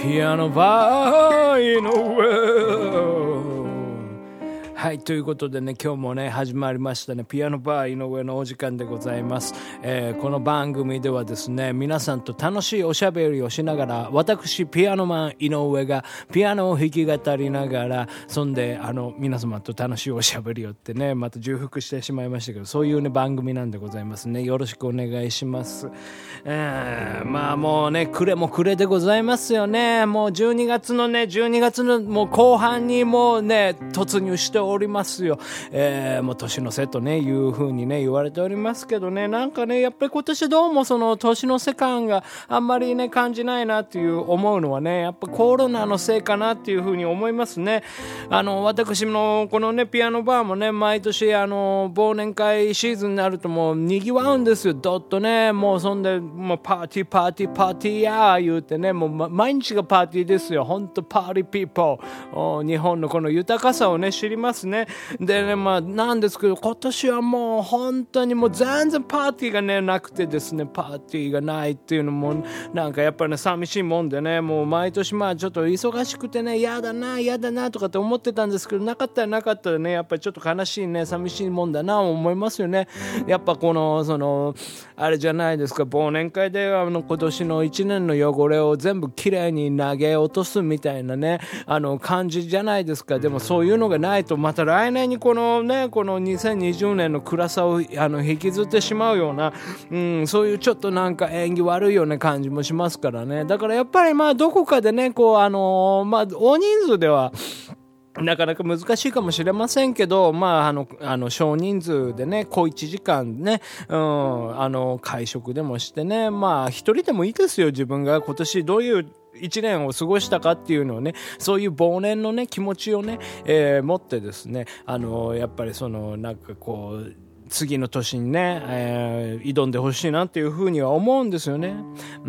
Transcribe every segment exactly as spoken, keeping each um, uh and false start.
ピアノバー井上。はい、ということでね、今日もね始まりましたね、ピアノバー井上のお時間でございます。えー、この番組ではですね、皆さんと楽しいおしゃべりをしながら、私ピアノマン井上がピアノを弾き語りながら、そんであの皆様と楽しいおしゃべりをってね、また重複してしまいましたけど、そういうね番組なんでございますね。よろしくお願いします。えー、まあもうね暮れも暮れでございますよね。もうじゅうにがつのねじゅうにがつのもう後半にもうね突入しておりますよ。えー、もう年の瀬とねいう風にね言われておりますけどね、なんかねやっぱり今年どうもその年の瀬感があんまりね感じないなっていう思うのはね、やっぱコロナのせいかなっていう風に思いますね。あの私のこのねピアノバーもね毎年あの忘年会シーズンになるともう賑わうんですよ。どっとねもうそんでもうパーティーパーティーパーティーやー言うてね、もう、ま、毎日がパーティーですよ。ほんとパーティーピーポー、日本のこの豊かさをね知りますね。でねまあなんですけど、今年はもう本当にもう全然パーティーがねなくてですね、パーティーがないっていうのもなんかやっぱりね寂しいもんでね、もう毎年まあちょっと忙しくてねやだなやだなとかって思ってたんですけど、なかったらなかったらねやっぱりちょっと悲しいね寂しいもんだな思いますよね。やっぱこのそのあれじゃないですか、忘年会であの今年のいちねんの汚れを全部きれいに投げ落とすみたいなねあの感じじゃないですか。でもそういうのがないとまた来年にこのねこのにせんにじゅうねんの暗さをあの引きずってしまうような、うん、そういうちょっとなんか縁起悪いような感じもしますからね。だからやっぱりまあどこかでねこうあのまあ大人数ではなかなか難しいかもしれませんけど、まあ、あの、あの、少人数でね、小一時間ね、うん、あの、会食でもしてね、まあ、一人でもいいですよ。自分が今年どういう一年を過ごしたかっていうのをね、そういう忘年のね、気持ちをね、えー、持ってですね、あの、やっぱりその、なんかこう、次の年にね、えー、挑んでほしいなっていうふうには思うんですよね。うん、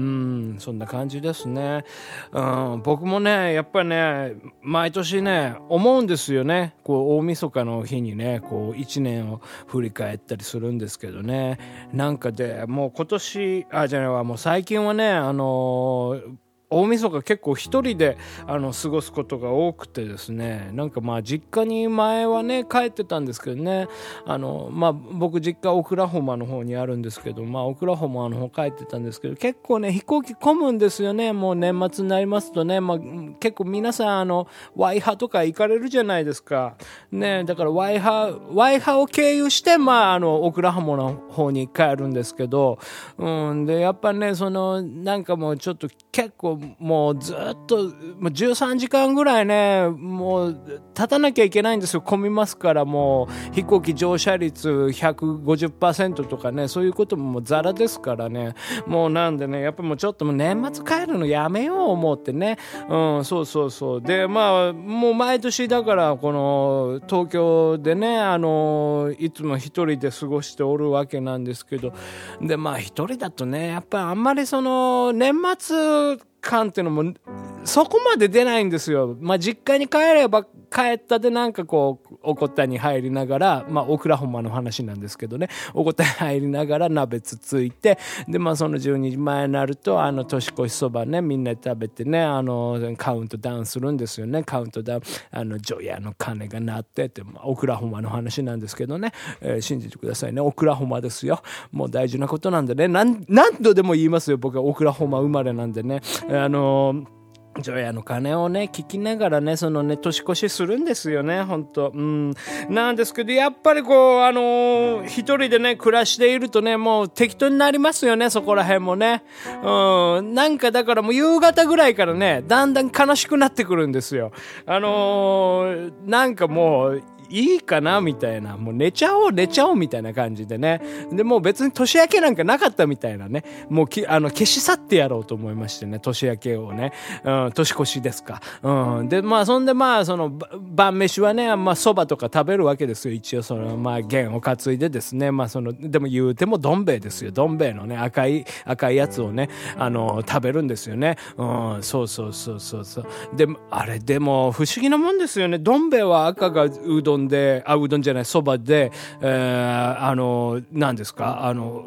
そんな感じですね。うん、僕もね、やっぱりね、毎年ね、思うんですよね。こう、大晦日の日にね、こう、一年を振り返ったりするんですけどね。なんかで、もう今年、あ、じゃあ、もう最近はね、あのー、大晦日結構一人であの過ごすことが多くてですね、なんかまあ実家に前はね帰ってたんですけどね、あのまあ僕実家オクラホマの方にあるんですけど、まあオクラホマの方帰ってたんですけど、結構ね飛行機混むんですよね。もう年末になりますとね、まあ結構皆さんあのワイハとか行かれるじゃないですかね。だからワイハワイハを経由してまああのオクラホマの方に帰るんですけど、うんでやっぱねそのなんかもうちょっと結構もうずっとじゅうさんじかんぐらいねもう立たなきゃいけないんですよ。混みますから。もう飛行機乗車率 ひゃくごじゅっパーセント とかね、そういうことももうザラですからね。もうなんでねやっぱもうちょっともう年末帰るのやめよう思ってね、うんそうそうそうでまあもう毎年だからこの東京でねあのいつも一人で過ごしておるわけなんですけど、でまあ一人だとねやっぱりあんまりその年末感っていうのもそこまで出ないんですよ。まあ実家に帰れば帰ったでなんかこうおこったに入りながら、まあオクラホマの話なんですけどね、おこったに入りながら鍋つついて、でまあそのじゅうにじまえになるとあの年越しそばねみんなで食べてね、あのカウントダウンするんですよね。カウントダウンあの除夜の鐘が鳴ってって、まあ、オクラホマの話なんですけどね、えー、信じてくださいね、オクラホマですよ。もう大事なことなんでね、何何度でも言いますよ。僕はオクラホマ生まれなんでね、あのー除夜の鐘をね聞きながらねそのね年越しするんですよね本当。うんなんですけどやっぱりこうあのー、一人でね暮らしているとねもう適当になりますよね、そこら辺もね。うんなんかだからもう夕方ぐらいからねだんだん悲しくなってくるんですよ。あのー、なんかもういいかなみたいな、もう寝ちゃおう寝ちゃおうみたいな感じでね。でもう別に年明けなんかなかったみたいなね、もうきあの消し去ってやろうと思いましてね、年明けをね、うん、年越しですか、うん、でまあそんでまあその晩飯はねまあそばとか食べるわけですよ。一応そのまあ弦を担いでですね、まあそのでも言うてもどん兵衛ですよ。どん兵衛のね赤い赤いやつをねあの食べるんですよね。うんそうそうそうそうそうであれでも不思議なもんですよね。どん兵衛は赤がうどんであうどんじゃないそばで、えー、あの何ですかあの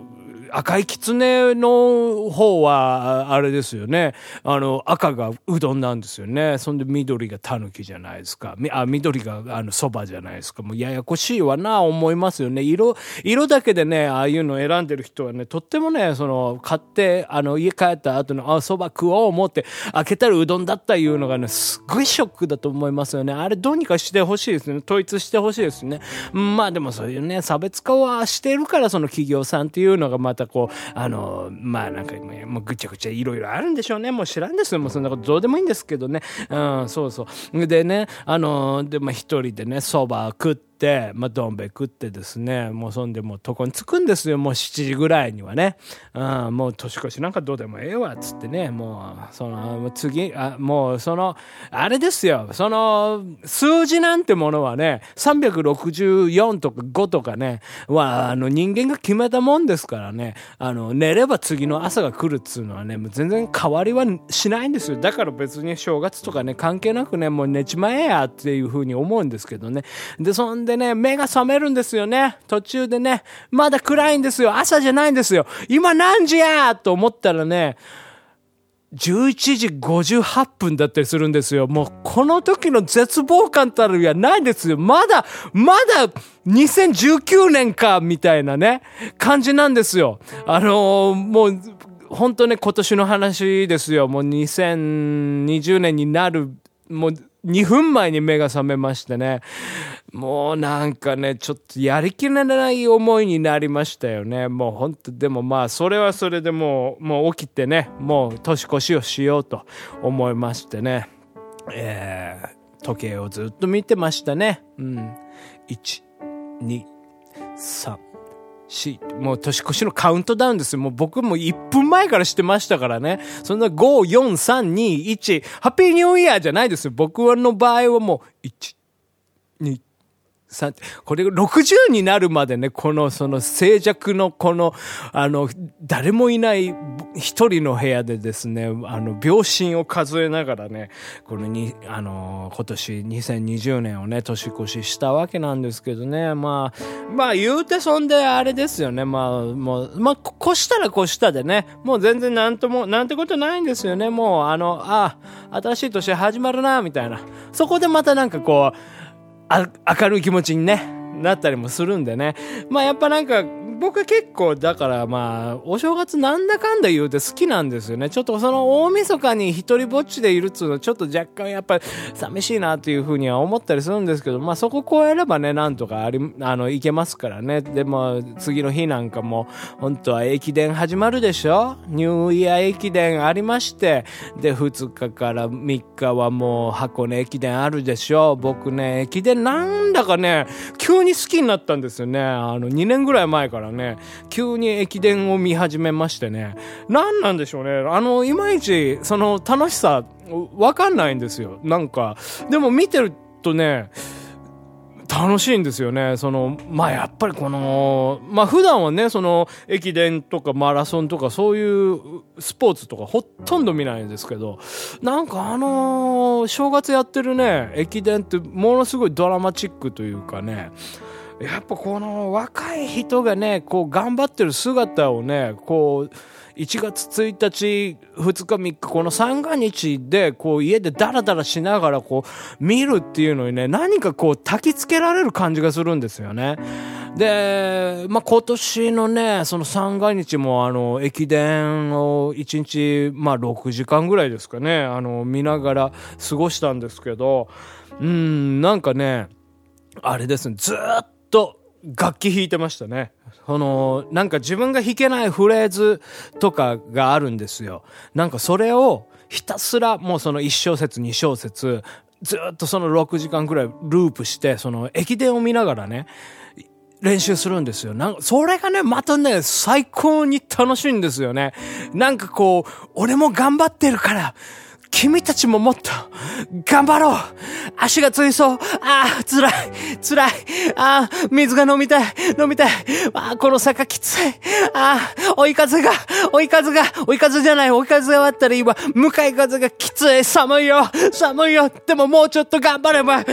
赤いきつねの方はあれですよね、あの赤がうどんなんですよね。そんで緑がたぬきじゃないですか。みあ緑があのそばじゃないですか。もうややこしいわな思いますよね。色色だけでね、ああいうの選んでる人はね、とってもね、その買ってあの家帰った後のあそば食おう思って開けたらうどんだったいうのがね、すっごいショックだと思いますよね。あれどうにかしてほしいですね。統一してほしいですね。まあでもそういうね、差別化はしてるから、その企業さんっていうのがまたこうあのまあなんかもうぐちゃぐちゃいろいろあるんでしょうね。もう知らんですよ。もうそんなことどうでもいいんですけどね。うん、そうそうでね、あのでまあ一人でねそば食って、まあ、どん兵衛食ってですね、もうそんでもう床に着くんですよ。もうしちじぐらいにはね、うん、もう年越しなんかどうでもええわっつってね、もうその次あもうそのあれですよ、その数字なんてものはねさんびゃくろくじゅうよんとかごとかねはあの人間が決めたもんですからね、あの寝れば次の朝が来るっつうのはね、もう全然変わりはしないんですよ。だから別に正月とかね関係なくね、もう寝ちまえやっていう風に思うんですけどね。でそんでね目が覚めるんですよね。途中でねまだ暗いんですよ。朝じゃないんですよ。今何時やと思ったらねじゅういちじごじゅうはっぷんだったりするんですよ。もうこの時の絶望感たるやないですよ。まだまだにせんじゅうきゅうねんかみたいなね感じなんですよ。あのー、もう本当ね今年の話ですよ。もうにせんにじゅうねんになるもうにふんまえに目が覚めましてね、もうなんかねちょっとやりきれない思いになりましたよね。もう本当でもまあそれはそれでもうもう起きてね、もう年越しをしようと思いましてね、えー、時計をずっと見てましたね。うん、いち、に、さん、しもう年越しのカウントダウンですよ。もう僕もいっぷんまえからしてましたからね。そんなご、よん、さん、に、いちハッピーニューイヤーじゃないですよ。僕の場合はもういち、に、さんこれがろくじゅうになるまでね、このその静寂のこのあの誰もいない一人の部屋でですね、あの秒針を数えながらね、このにあの今年にせんにじゅうねんをね年越ししたわけなんですけどね。まあまあ言うてそんであれですよね。まあもうまあ越したら越したでね、もう全然なんともなんてことないんですよね。もうあのあ新しい年始まるなみたいな、そこでまたなんかこうあ明るい気持ちにねなったりもするんでね。まあやっぱなんか僕は結構だからまあお正月なんだかんだ言うて好きなんですよね。ちょっとその大晦日に一人ぼっちでいるっつうのちょっと若干やっぱり寂しいなっていうふうには思ったりするんですけど、まあそこ超えればねなんとかありあのいけますからね。でも次の日なんかも本当は駅伝始まるでしょ。ニューイヤー駅伝ありまして、でふつかからみっかはもう箱根駅伝あるでしょ。僕ね駅伝なんだかね急に好きになったんですよね。あのにねんぐらい前からね急に駅伝を見始めましてね、なんなんでしょうね、あのいまいちその楽しさわかんないんですよ。なんかでも見てるとね楽しいんですよね。そのまあやっぱりこのまあ普段はねその駅伝とかマラソンとかそういうスポーツとかほとんど見ないんですけど、なんかあのー、正月やってるね駅伝ってものすごいドラマチックというかね、やっぱこの若い人がねこう頑張ってる姿をねこういちがつついたちふつかみっかこの三が日でこう家でダラダラしながらこう見るっていうのにね何かこう焚きつけられる感じがするんですよね。で、まあ、今年のねその三が日もあの駅伝をいちにちまあろくじかんぐらいですかねあの見ながら過ごしたんですけど、うーんなんかねあれですねずーっと楽器弾いてましたね。そのなんか自分が弾けないフレーズとかがあるんですよ。なんかそれをひたすらもうそのいち小節に小節ずっとそのろくじかんくらいループしてその駅伝を見ながらね練習するんですよ。なんかそれがねまたね最高に楽しいんですよね。なんかこう俺も頑張ってるから君たちももっと頑張ろう。足がついそう。ああ、辛い、辛い。ああ、水が飲みたい、飲みたい。ああ、この坂きつい。ああ、追い風が、追い風が、追い風じゃない、追い風があったらいいわ。向かい風がきつい。寒いよ、寒いよ。でももうちょっと頑張れば、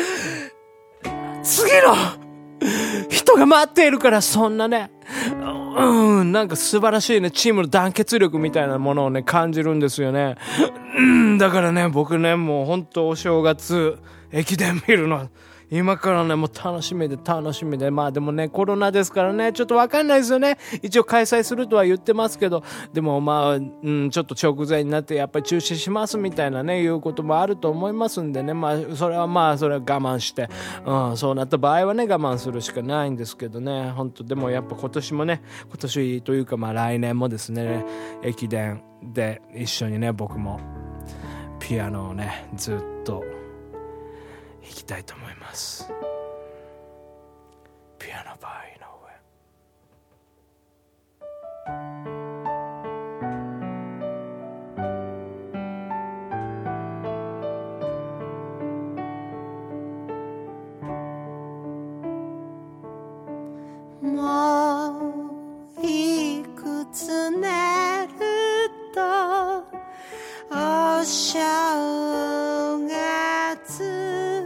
次の人が待っているから、そんなね、ううん、なんか素晴らしいね、チームの団結力みたいなものをね、感じるんですよね。うん、だからね、僕ね、もう本当お正月、駅伝見るの、今からね、もう楽しみで楽しみで。まあでもね、コロナですからね、ちょっとわかんないですよね。一応開催するとは言ってますけど、でもまあ、うん、ちょっと直前になってやっぱり中止しますみたいなね、いうこともあると思いますんでね。まあ、それはまあ、それは我慢して、うん、そうなった場合はね、我慢するしかないんですけどね。本当でもやっぱ今年もね、今年というかまあ来年もですね、駅伝で一緒にね、僕もピアノをね、ずっと弾きたいと思います。ピアノバー井上。もういくつ寝るとお正月、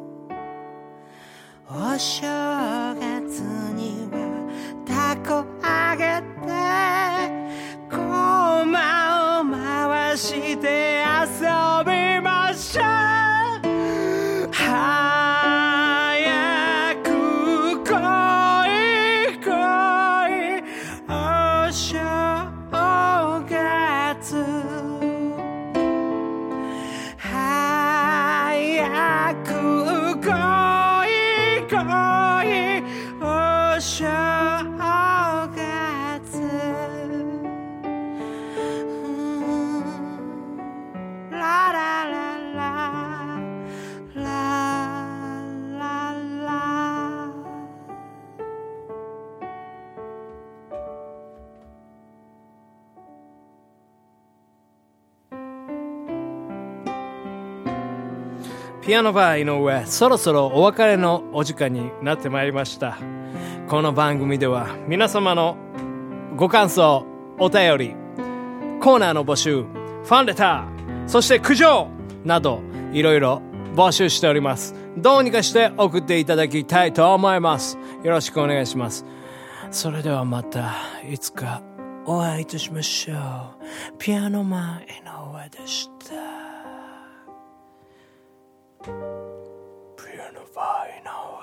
お正月にはたこあげてこまを回して遊びましょう。早く来い来いお正月、早く来い来いお正月、ラララララララ。 ピアノバー井上、そろそろお別れのお時間になってまいりました。この番組では皆様のご感想、お便り、コーナーの募集、ファンレター、そして苦情などいろいろ募集しております。どうにかして送っていただきたいと思います。よろしくお願いします。それではまたいつかお会いいたしましょう。ピアノマン井上でした。ピアノバー井上。